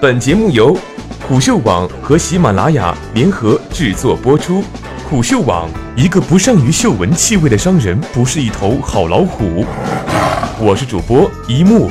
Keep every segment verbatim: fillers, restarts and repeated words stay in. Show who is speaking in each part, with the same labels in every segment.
Speaker 1: 本节目由虎嗅网和喜马拉雅联合制作播出。虎嗅网：一个不善于嗅闻气味的商人不是一头好老虎。我是主播一木。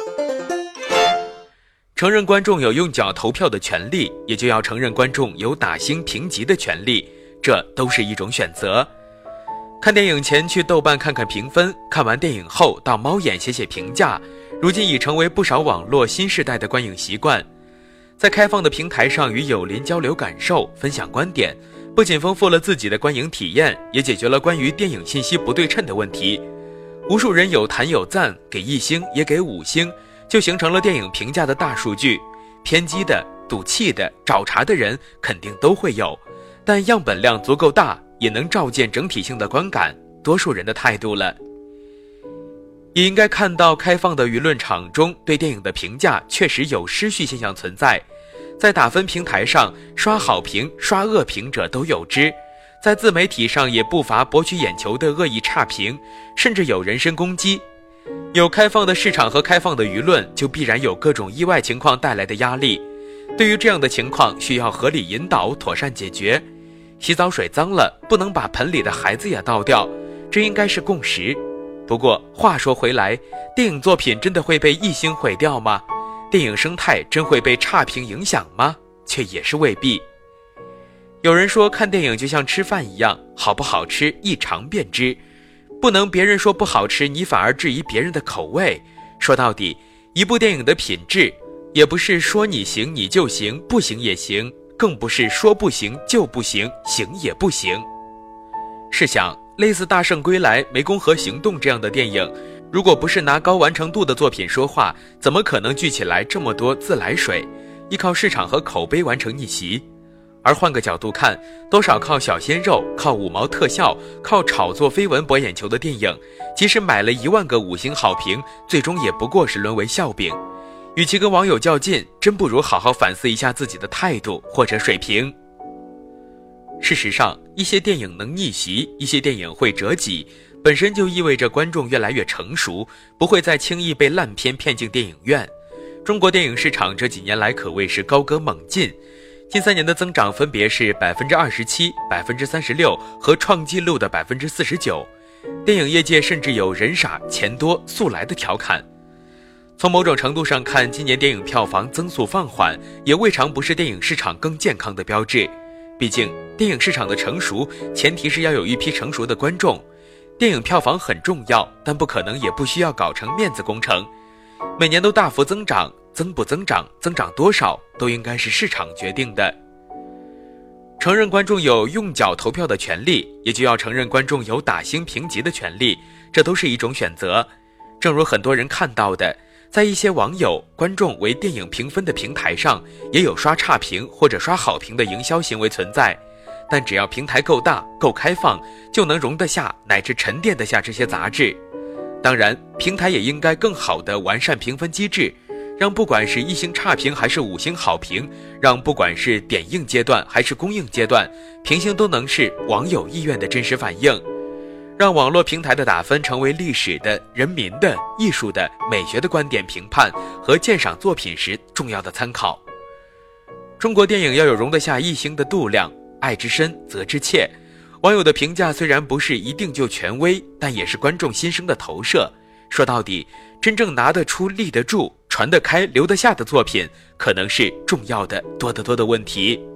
Speaker 2: 承认观众有用脚投票的权利，也就要承认观众有打星评级的权利，这都是一种选择。看电影前去豆瓣看看评分，看完电影后到猫眼写写评价，如今已成为不少网络新世代的观影习惯。在开放的平台上与友邻交流感受，分享观点，不仅丰富了自己的观影体验，也解决了关于电影信息不对称的问题。无数人有弹有赞，给一星也给五星，就形成了电影评价的大数据。偏激的、赌气的、找茬的人肯定都会有，但样本量足够大，也能照见整体性的观感，多数人的态度了。也应该看到开放的舆论场中，对电影的评价确实有失序现象存在。在打分平台上，刷好评、刷恶评者都有之；在自媒体上也不乏博取眼球的恶意差评，甚至有人身攻击。有开放的市场和开放的舆论，就必然有各种意外情况带来的压力。对于这样的情况，需要合理引导，妥善解决。洗澡水脏了，不能把盆里的孩子也倒掉，这应该是共识。不过话说回来，电影作品真的会被一星毁掉吗？电影生态真会被差评影响吗？却也是未必。有人说看电影就像吃饭一样，好不好吃一尝便知，不能别人说不好吃，你反而质疑别人的口味。说到底，一部电影的品质，也不是说你行你就行，不行也行，更不是说不行就不行，行也不行。试想，类似《大圣归来》《湄公河行动》这样的电影，如果不是拿高完成度的作品说话，怎么可能聚起来这么多自来水，依靠市场和口碑完成逆袭？而换个角度看，多少靠小鲜肉、靠五毛特效、靠炒作绯闻博眼球的电影，即使买了一万个五星好评，最终也不过是沦为笑柄。与其跟网友较劲，真不如好好反思一下自己的态度或者水平。事实上，一些电影能逆袭，一些电影会折戟，本身就意味着观众越来越成熟，不会再轻易被烂片骗进电影院。中国电影市场这几年来可谓是高歌猛进，近三年的增长分别是 百分之二十七、百分之三十六 和创纪录的 百分之四十九。电影业界甚至有人傻钱多速来的调侃。从某种程度上看，今年电影票房增速放缓，也未尝不是电影市场更健康的标志。毕竟电影市场的成熟，前提是要有一批成熟的观众。电影票房很重要，但不可能也不需要搞成面子工程。每年都大幅增长，增不增长，增长多少，都应该是市场决定的。承认观众有用脚投票的权利，也就要承认观众有打星评级的权利，这都是一种选择。正如很多人看到的，在一些网友、观众为电影评分的平台上，也有刷差评或者刷好评的营销行为存在。但只要平台够大、够开放，就能容得下乃至沉淀得下这些杂质。当然，平台也应该更好地完善评分机制，让不管是一星差评还是五星好评，让不管是点映阶段还是公映阶段，评星都能是网友意愿的真实反映。让网络平台的打分成为历史的、人民的、艺术的、美学的观点评判和鉴赏作品时重要的参考。中国电影要有容得下一星的度量，爱之深责之切。网友的评价虽然不是一定就权威，但也是观众心声的投射。说到底，真正拿得出、立得住、传得开、留得下的作品，可能是重要的多得多的问题。